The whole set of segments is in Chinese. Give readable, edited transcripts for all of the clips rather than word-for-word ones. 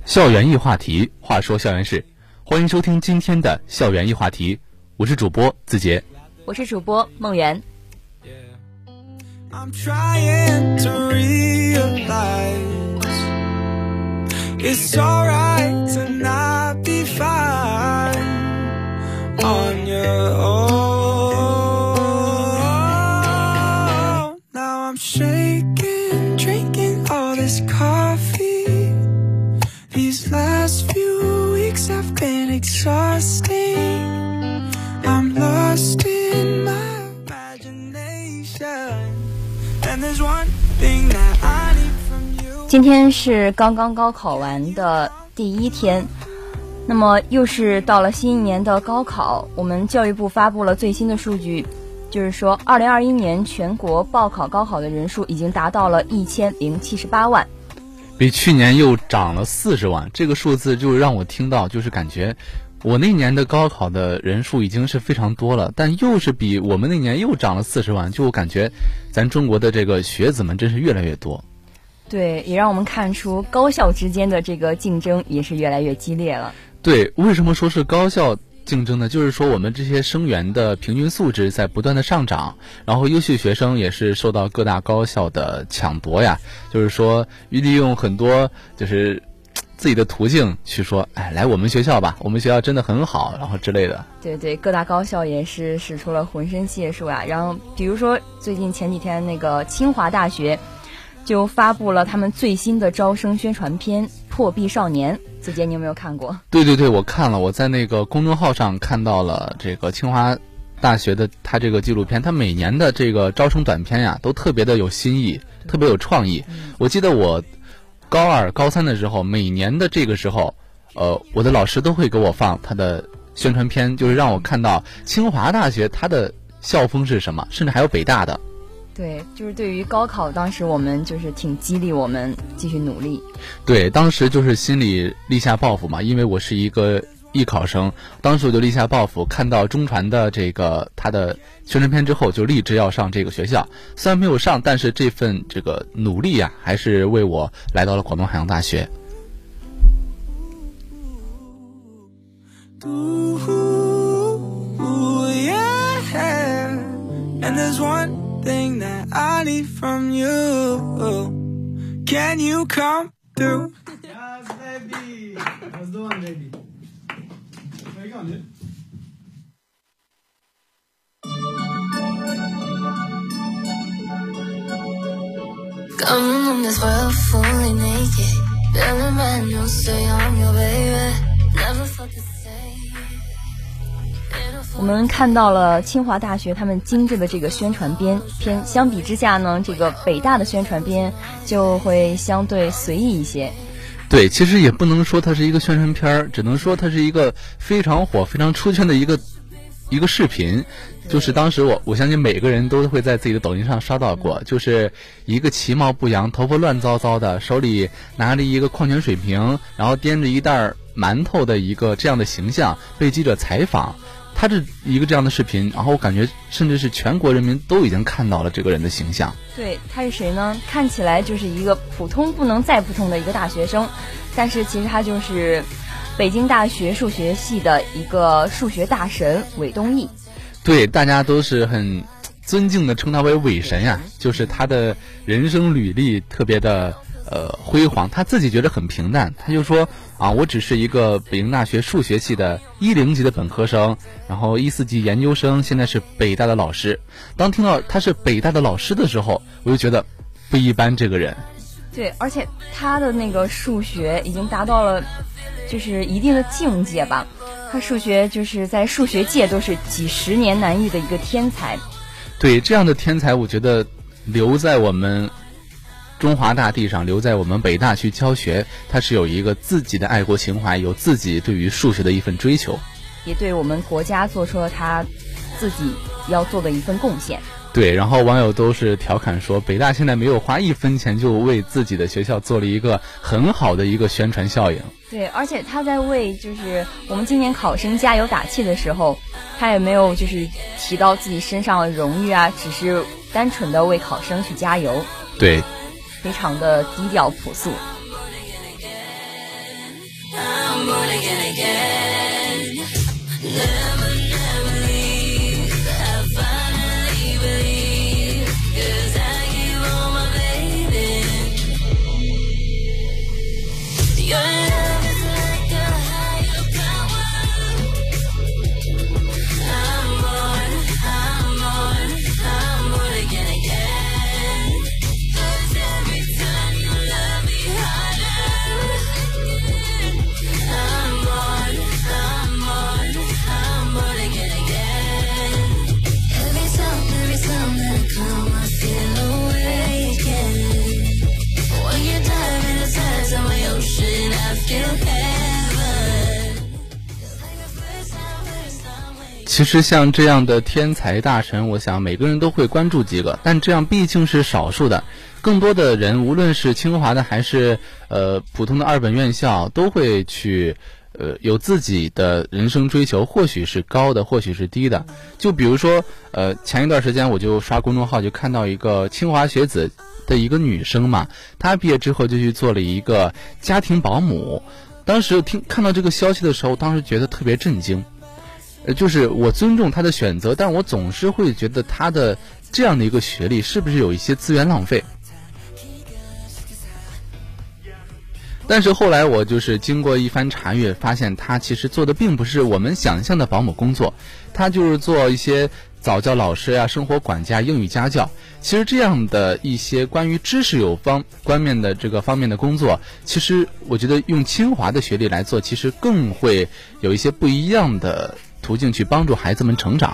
校园易话题，话说校园事，欢迎收听今天的校园易话题，我是主播子杰， 我是主播梦圆。 I'm trying to realize it's alright to not be fine on your own. Now I'm shaking, drinking all this coffee. These last few weeks have been exhausting. I'm lost in my imagination. 今天是刚刚高考完的第一天，那么又是到了新一年的高考，我们教育部发布了最新的数据，就是说2021年全国报考高考的人数已经达到了1078万， 比去年又涨了40万，这个数字就让我听到就是感觉我那年的高考的人数已经是非常多了，但又是比我们那年又涨了40万，就感觉咱中国的这个学子们真是越来越多。 对，也让我们看出高校之间的这个竞争也是越来越激烈了。 对，为什么说是高校竞争呢？就是说我们这些生源的平均素质在不断的上涨，然后优秀学生也是受到各大高校的抢夺呀，就是说利用很多就是自己的途径去说，哎，来我们学校吧，我们学校真的很好，然后之类的。 对对，各大高校也是使出了浑身解数啊。然后比如说最近前几天那个清华大学就发布了他们最新的招生宣传片《破壁少年》，子杰你有没有看过？ 对对对，我看了，我在那个公众号上看到了这个清华大学的他这个纪录片，他每年的这个招生短片呀都特别的有新意，特别有创意。我记得我高二高三的时候，每年的这个时候我的老师都会给我放他的宣传片，就是让我看到清华大学它的校风是什么，甚至还有北大的。 对，就是对于高考当时我们就是挺激励我们继续努力。 对，当时就是心里立下抱负嘛，因为我是一个艺考生，当时我就立下抱负，看到中传的这个他的宣传片之后，就立志要上这个学校。虽然没有上，但是这份这个努力啊，还是为我来到了广东海洋大学。 And there's one thing that I need from you. Can you come through? Yes, baby. That's the one, baby. Where you going, dude? Coming in this world fully naked. Feeling brand new, say I'm your baby. Never felt the same. 我们看到了清华大学他们精致的这个宣传片，相比之下呢，这个北大的宣传片就会相对随意一些。 对，其实也不能说它是一个宣传片，只能说它是一个非常火、非常出圈的一个视频。就是当时我相信每个人都会在自己的抖音上刷到过，就是一个其貌不扬、头发乱糟糟的，手里拿着一个矿泉水瓶，然后掂着一袋馒头的一个这样的形象被记者采访。他是一个这样的视频，然后我感觉甚至是全国人民都已经看到了这个人的形象。 对，他是谁呢？看起来就是一个普通不能再普通的一个大学生，但是其实他就是北京大学数学系的一个数学大神韦东奕。 对，大家都是很尊敬的称他为韦神呀，就是他的人生履历特别的辉煌，他自己觉得很平淡，他就说啊，我只是一个北京大学数学系的10级的本科生，然后14级研究生，现在是北大的老师。当听到他是北大的老师的时候，我就觉得不一般这个人。 对，而且他的那个数学已经达到了就是一定的境界吧，他数学就是在数学界都是几十年难遇的一个天才。 对，这样的天才我觉得留在我们中华大地上，留在我们北大去教学，他是有一个自己的爱国情怀，有自己对于数学的一份追求， 也对我们国家做出了他自己要做的一份贡献。 对，然后网友都是调侃说，北大现在没有花1分钱就为自己的学校做了一个很好的一个宣传效应。 对，而且他在为就是我们今年考生加油打气的时候，他也没有就是提到自己身上的荣誉啊，只是单纯的为考生去加油。 对， 非常的低调朴素。 again, again. Never, never leave. I finally believe, 'cause I give all my baby. Your love is like a higher power. I'm born again, again. 'Cause every time you love me harder, I'm born again, again. Every time that I come, I feel awakened. When you dive in the sides of my ocean, I feel heaven. Like the first time when 其实像这样的天才大神，我想每个人都会关注几个，但这样毕竟是少数的。更多的人，无论是清华的还是普通的二本院校，都会去有自己的人生追求，或许是高的，或许是低的。就比如说前一段时间我就刷公众号，就看到一个清华学子的一个女生嘛，她毕业之后就去做了一个家庭保姆。当时看到这个消息的时候，当时觉得特别震惊。就是我尊重她的选择，但我总是会觉得她的这样的一个学历是不是有一些资源浪费。但是后来我就是经过一番查阅，发现她其实做的并不是我们想象的保姆工作，她就是做一些早教老师呀、生活管家、英语家教。其实这样的一些关于知识有方面的这个方面的工作，其实我觉得用清华的学历来做，其实更会有一些不一样的途径去帮助孩子们成长。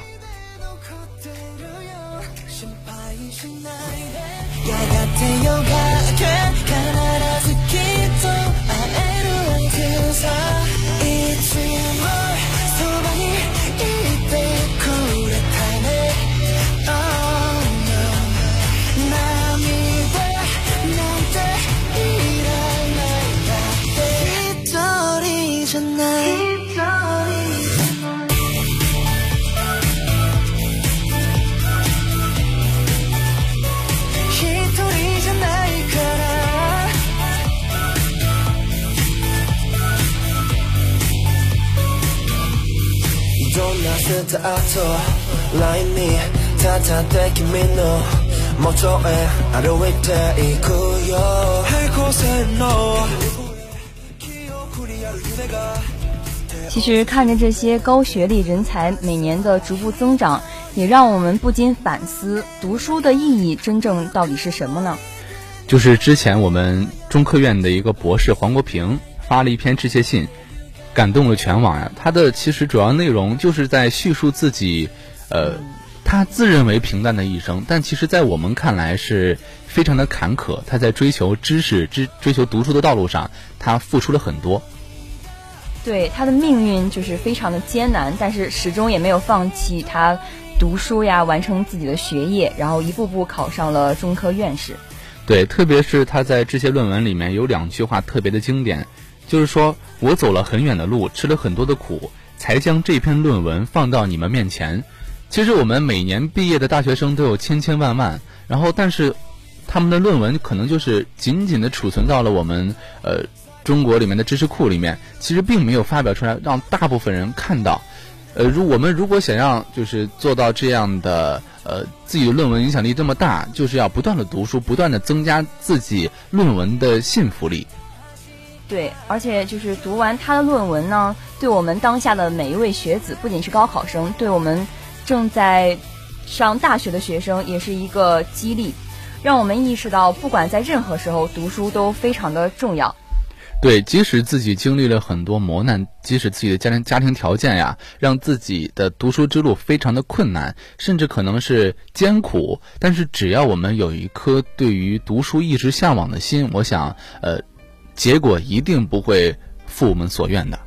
the auto lineに立って君の元へ歩いていくよ平行線の記憶にある夢が。 其实看着这些高学历人才每年的逐步增长，也让我们不禁反思，读书的意义真正到底是什么呢？ 就是之前我们中科院的一个博士黄国平发了一篇致谢信，感动了全网呀。他的其实主要内容就是在叙述自己他自认为平淡的一生，但其实在我们看来是非常的坎坷。他在追求知识追求读书的道路上，他付出了很多。 对，他的命运就是非常的艰难，但是始终也没有放弃他读书呀，完成自己的学业，然后一步步考上了中科院士。 对，特别是他在这些论文里面有2句话特别的经典，就是说我走了很远的路，吃了很多的苦，才将这篇论文放到你们面前。其实我们每年毕业的大学生都有千千万万，然后但是他们的论文可能就是紧紧的储存到了我们中国里面的知识库里面，其实并没有发表出来让大部分人看到。我们如果想让就是做到这样的自己的论文影响力这么大，就是要不断的读书，不断的增加自己论文的信服力。 对，而且就是读完他的论文呢，对我们当下的每一位学子，不仅是高考生，对我们正在上大学的学生也是一个激励，让我们意识到不管在任何时候读书都非常的重要。 对，即使自己经历了很多磨难，即使自己的家庭条件呀，让自己的读书之路非常的困难，甚至可能是艰苦，但是只要我们有一颗对于读书一直向往的心，我想结果一定不会负我们所愿的。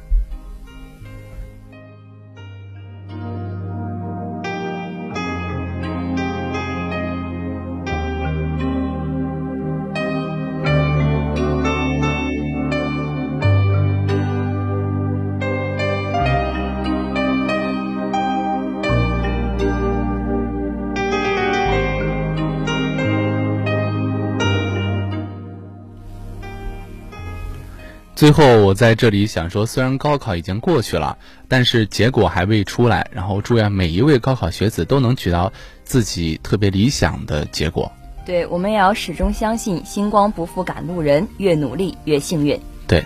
最后我在这里想说，虽然高考已经过去了，但是结果还未出来，然后祝愿每一位高考学子都能取到自己特别理想的结果。 对，我们也要始终相信星光不负赶路人，越努力越幸运。 对。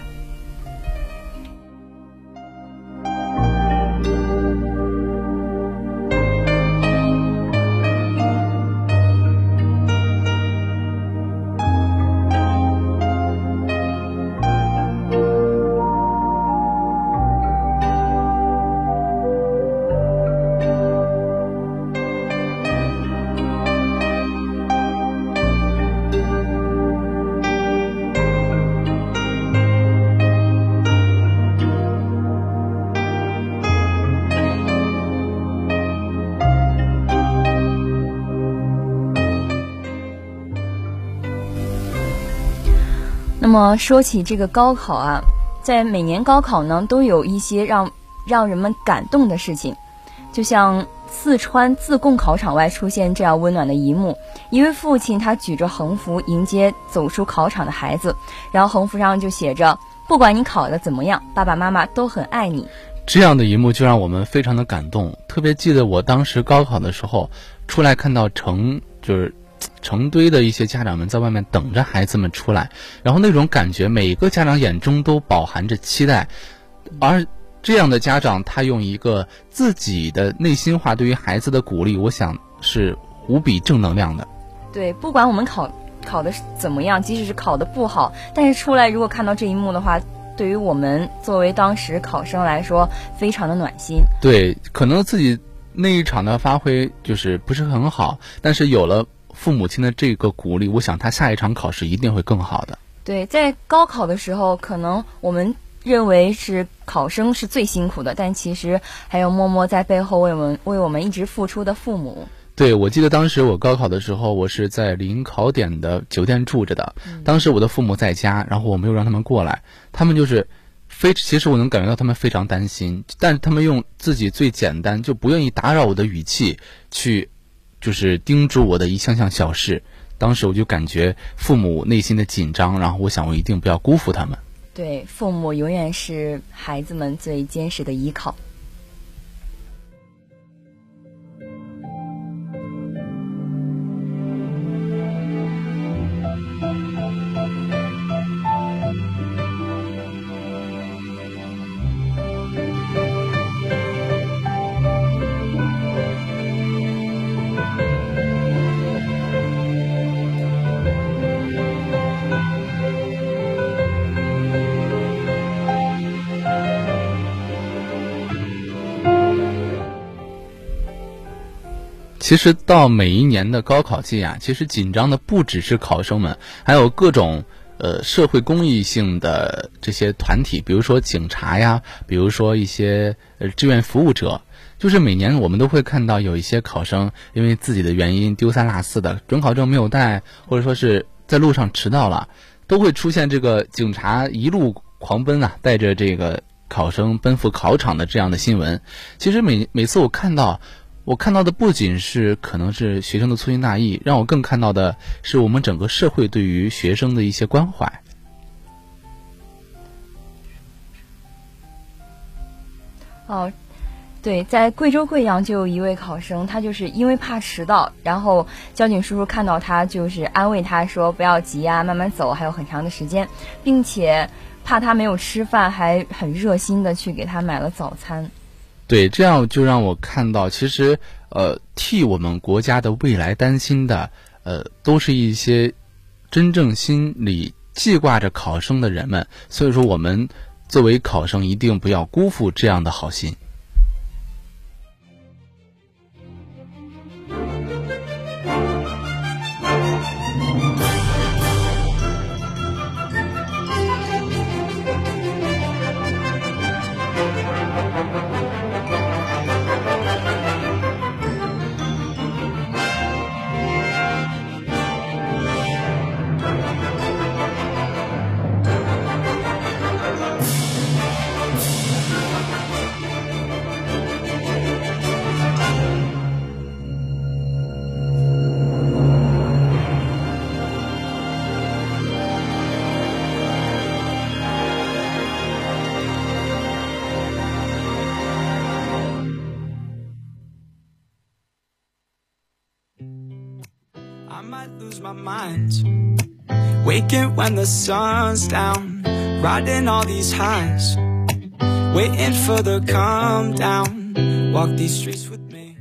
那么说起这个高考啊，在每年高考呢，都有一些让人们感动的事情，就像四川自贡考场外出现这样温暖的一幕，一位父亲他举着横幅迎接走出考场的孩子，然后横幅上就写着不管你考得怎么样，爸爸妈妈都很爱你。 这样的一幕就让我们非常的感动，特别记得我当时高考的时候出来看到成堆的一些家长们在外面等着孩子们出来，然后那种感觉每个家长眼中都饱含着期待，而这样的家长他用一个自己的内心话对于孩子的鼓励，我想是无比正能量的。 对，不管我们考的怎么样，即使是考得不好，但是出来如果看到这一幕的话，对于我们作为当时考生来说非常的暖心。 对，可能自己那一场的发挥就是不是很好，但是有了父母亲的这个鼓励，我想他下一场考试一定会更好的。 对，在高考的时候，可能我们认为是考生是最辛苦的，但其实还有默默在背后为我们一直付出的父母。 对，我记得当时我高考的时候，我是在临考点的酒店住着的，当时我的父母在家，然后我没有让他们过来，他们就是其实我能感觉到他们非常担心，但是他们用自己最简单就不愿意打扰我的语气去就是叮嘱我的一项项小事，当时我就感觉父母内心的紧张，然后我想我一定不要辜负他们。 对，父母永远是孩子们最坚实的依靠。 其实到每一年的高考季啊，其实紧张的不只是考生们，还有各种社会公益性的这些团体，比如说警察呀，比如说一些志愿服务者。就是每年我们都会看到有一些考生因为自己的原因丢三落四的，准考证没有带，或者说是在路上迟到了，都会出现这个警察一路狂奔啊，带着这个考生奔赴考场的这样的新闻。其实每次我看到的不仅是可能是学生的粗心大意，让我更看到的是我们整个社会对于学生的一些关怀。 哦，对，在贵州贵阳就有一位考生，他就是因为怕迟到，然后交警叔叔看到他就是安慰他说不要急啊，慢慢走，还有很长的时间，并且怕他没有吃饭，还很热心的去给他买了早餐。 对，这样就让我看到，其实替我们国家的未来担心的都是一些真正心里记挂着考生的人们，所以说我们作为考生一定不要辜负这样的好心。 might lose my mind. Waking when the sun's down, riding all these highs, waiting for the calm down. Walk these streets with me.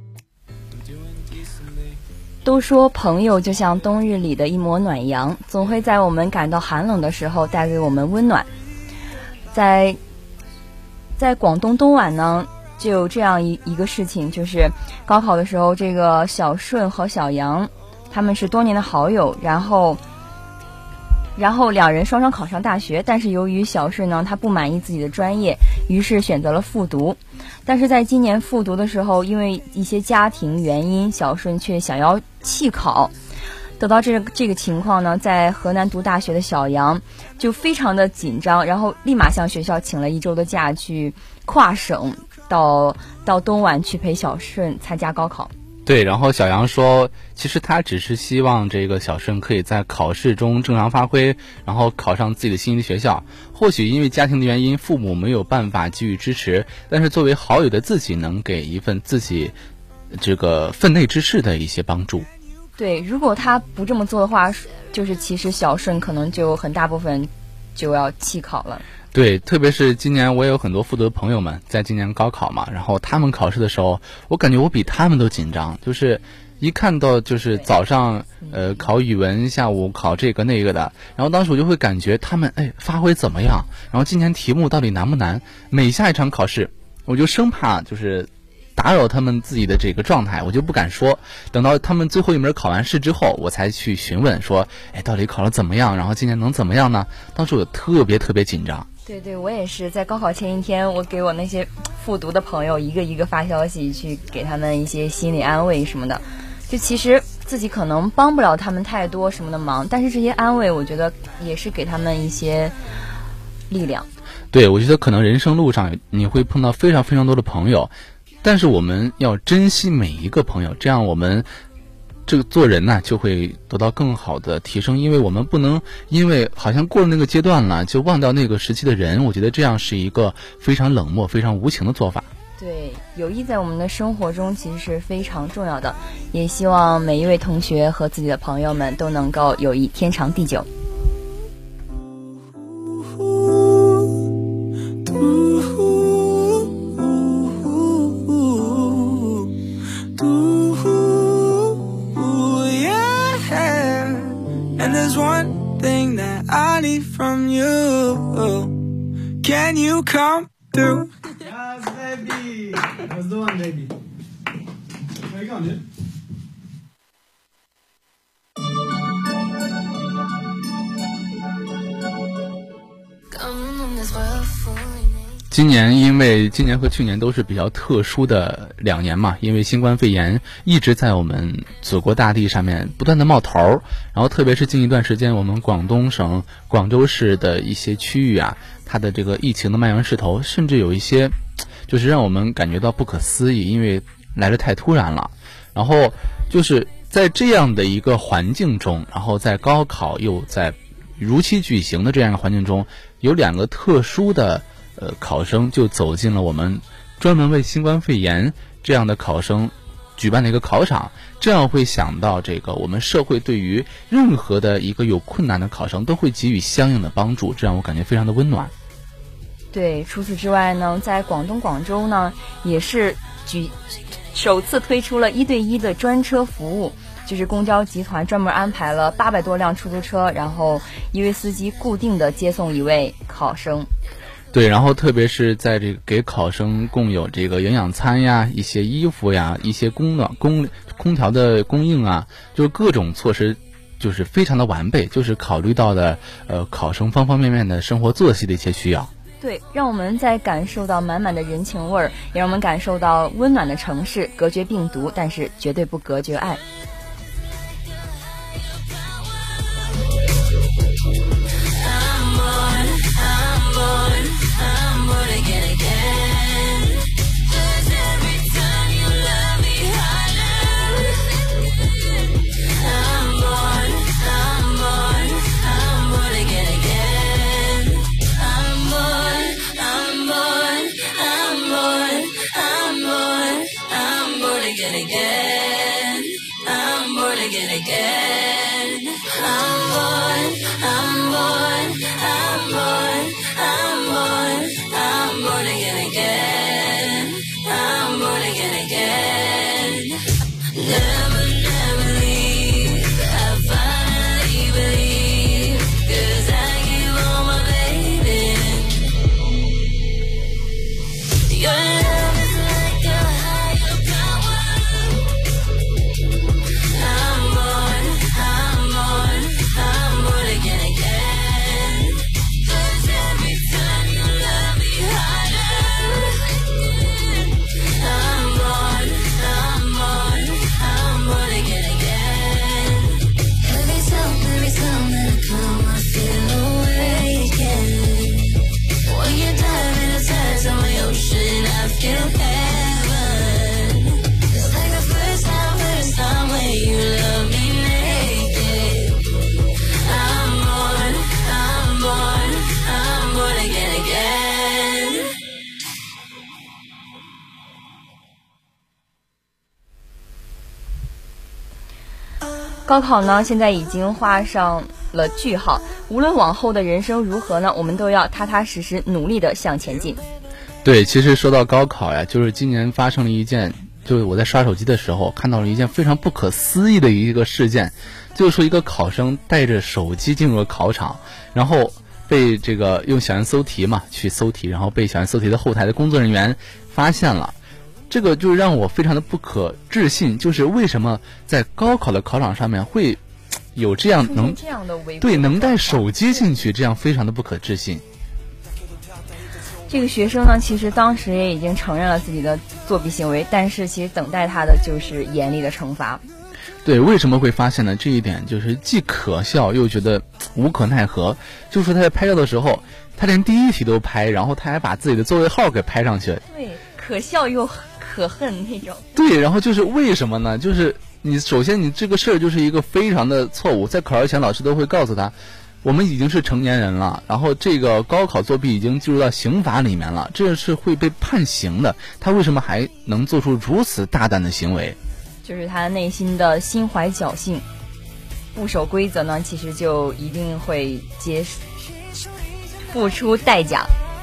I'm doing decently. 都说朋友就像冬日里的一抹暖阳，总会在我们感到寒冷的时候带给我们温暖。在广东东莞呢，就有这样一个事情，就是高考的时候，这个小顺和小杨他们是多年的好友，然后两人双双考上大学，但是由于小顺呢他不满意自己的专业，于是选择了复读。但是在今年复读的时候，因为一些家庭原因，小顺却想要弃考。得到这个情况呢，在河南读大学的小杨就非常的紧张，然后立马向学校请了1周的假，去跨省到东莞去陪小顺参加高考。 对，然后小杨说，其实他只是希望这个小顺可以在考试中正常发挥，然后考上自己的心仪的学校。或许因为家庭的原因，父母没有办法给予支持，但是作为好友的自己，能给一份自己这个分内之事的一些帮助。 对，如果他不这么做的话，就是其实小顺可能就很大部分就要弃考了。 对，特别是今年我也有很多复读的朋友们，在今年高考嘛，然后他们考试的时候，我感觉我比他们都紧张，就是一看到就是早上考语文，下午考这个那个的，然后当时我就会感觉他们发挥怎么样，然后今年题目到底难不难，每下一场考试我就生怕就是打扰他们自己的这个状态，我就不敢说。等到他们最后一门考完试之后，我才去询问说，到底考得怎么样？然后今年能怎么样呢？当时我特别紧张。 对，我也是在高考前一天，我给我那些复读的朋友一个一个发消息，去给他们一些心理安慰什么的。就其实自己可能帮不了他们太多什么的忙，但是这些安慰，我觉得也是给他们一些力量。 对，我觉得可能人生路上你会碰到非常多的朋友。但是我们要珍惜每一个朋友，这样我们这个做人呢就会得到更好的提升，因为我们不能因为好像过了那个阶段了就忘掉那个时期的人，我觉得这样是一个非常冷漠非常无情的做法。 对，友谊在我们的生活中其实是非常重要的，也希望每一位同学和自己的朋友们都能够友谊天长地久。 From you, can you come through? Yes, baby. That's the one, baby. Where you going, dude? 今年因为今年和去年都是比较特殊的2年嘛，因为新冠肺炎一直在我们祖国大地上面不断的冒头，然后特别是近一段时间我们广东省广州市的一些区域啊，它的这个疫情的蔓延势头甚至有一些就是让我们感觉到不可思议，因为来得太突然了。然后就是在这样的一个环境中，然后在高考又在如期举行的这样一个环境中，有2个特殊的考生就走进了我们专门为新冠肺炎这样的考生举办的一个考场，这样会想到这个我们社会对于任何的一个有困难的考生都会给予相应的帮助，这让我感觉非常的温暖。 对，除此之外呢，在广东广州呢也是首次推出了1对1的专车服务，就是公交集团专门安排了800多辆出租车，然后一位司机固定的接送一位考生。 对，然后特别是在这个给考生供有这个营养餐呀、一些衣服呀、一些空调的供应啊，就是各种措施就是非常的完备，就是考虑到的考生方方面面的生活作息的一些需要。 对，让我们在感受到满满的人情味儿，也让我们感受到温暖的城市，隔绝病毒，但是绝对不隔绝爱。 Again, 高考呢，现在已经画上了句号。无论往后的人生如何呢，我们都要踏踏实实努力的向前进。 对，其实说到高考呀，就是今年发生了一件，就是我在刷手机的时候看到了一件非常不可思议的一个事件，就是说一个考生带着手机进入了考场，然后被这个用小猿搜题嘛去搜题，然后被小猿搜题的后台的工作人员发现了。这个就让我非常的不可置信，就是为什么在高考的考场上面会有这样能能带手机进去，这样非常的不可置信。 这个学生呢，其实当时也已经承认了自己的作弊行为，但是其实等待他的就是严厉的惩罚。 对，为什么会发现呢？这一点就是既可笑又觉得无可奈何。就是说他在拍照的时候，他连第一题都拍，然后他还把自己的座位号给拍上去。 对，可笑又可恨那种。 对，然后就是为什么呢？就是你首先你这个事儿就是一个非常的错误，在考试前老师都会告诉他，我们已经是成年人了，然后这个高考作弊已经进入到刑法里面了，这是会被判刑的。他为什么还能做出如此大胆的行为？ 就是他内心的心怀侥幸，不守规则呢，其实就一定会付出代价。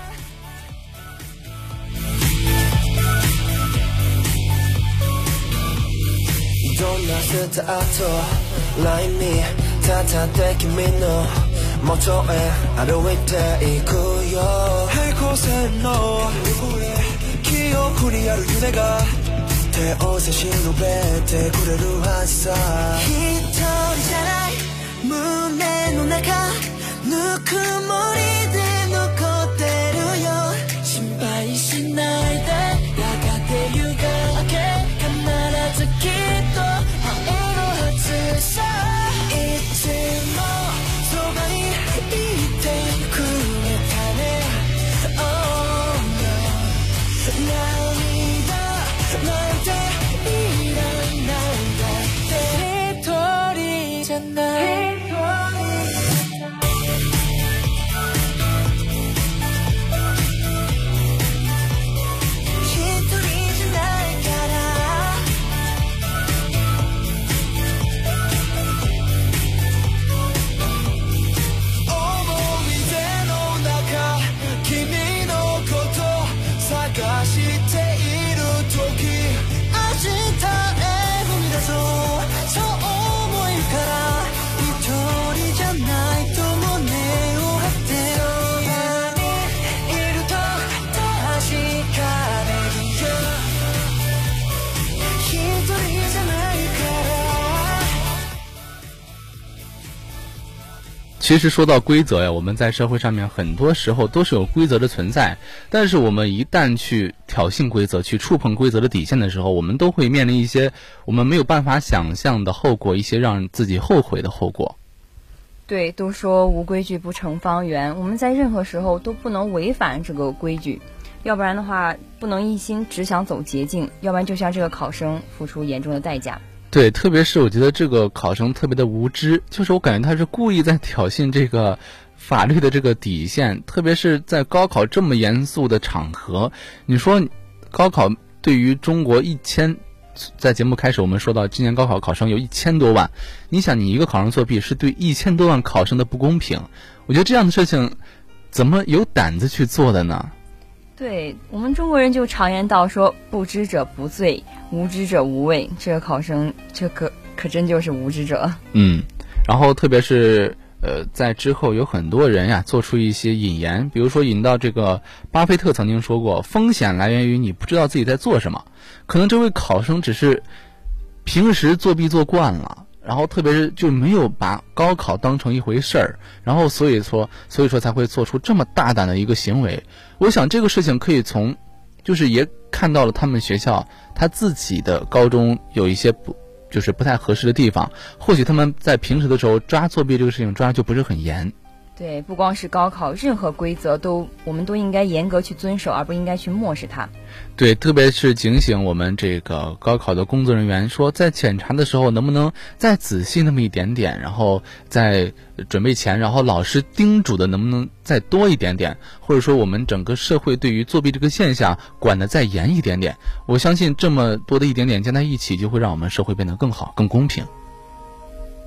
どんなスタートラインに立って君の元へ歩いていくよ平行線の記憶にある夢が手を差し伸べてくれるはずさ一人じゃない胸の中ぬくもりで残ってるよ心配しないでやがて夕が明け必ずきっと会えるはずさいつもそばにいてくれたね Oh no 涙なんていらないんだって一人じゃない其实说到规则呀，我们在社会上面很多时候都是有规则的存在，但是我们一旦去挑衅规则，去触碰规则的底线的时候，我们都会面临一些我们没有办法想象的后果，一些让自己后悔的后果。 对，都说无规矩不成方圆，我们在任何时候都不能违反这个规矩，要不然的话不能一心只想走捷径，要不然就像这个考生付出严重的代价。 对，特别是我觉得这个考生特别的无知，就是我感觉他是故意在挑衅这个法律的这个底线，特别是在高考这么严肃的场合。你说高考对于中国在节目开始我们说到今年高考考生有1000多万，你想你一个考生作弊是对1000多万考生的不公平，我觉得这样的事情怎么有胆子去做的呢？ 对，我们中国人就常言道说不知者不罪，无知者无畏，这个考生这可真就是无知者。 然后特别是在之后有很多人呀做出一些引言，比如说引到这个巴菲特曾经说过，风险来源于你不知道自己在做什么。可能这位考生只是平时作弊做惯了，然后特别是就没有把高考当成一回事儿，然后所以说才会做出这么大胆的一个行为。我想这个事情可以就是也看到了他们学校他自己的高中有一些不太合适的地方，或许他们在平时的时候抓作弊这个事情抓就不是很严。 对，不光是高考，任何规则我们都应该严格去遵守，而不应该去漠视它。 对，特别是警醒我们这个高考的工作人员，说在检查的时候能不能再仔细那么一点点，然后在准备前，然后老师叮嘱的能不能再多一点点，或者说我们整个社会对于作弊这个现象管得再严一点点。我相信这么多的一点点加在一起，就会让我们社会变得更好更公平。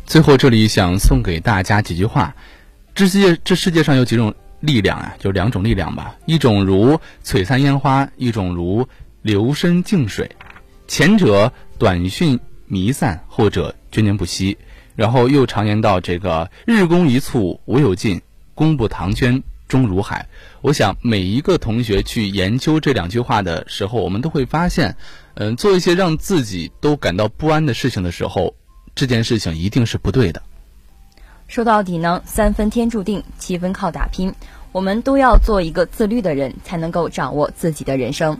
最后这里想送给大家几句话：这世界上有几种力量啊，就2种力量吧，一种如璀璨烟花，一种如流深静水。前者短讯弥散，后者涓涓不息。然后又常言到这个日功一蹴无有尽，功不唐捐终如海。我想每一个同学去研究这2句话的时候，我们都会发现，做一些让自己都感到不安的事情的时候，这件事情一定是不对的。 说到底呢，3分天注定，7分靠打拼。我们都要做一个自律的人，才能够掌握自己的人生。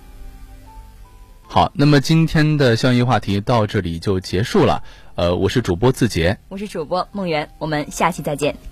好，那么今天的校园话题到这里就结束了。我是主播自杰， 我是主播梦圆，我们下期再见。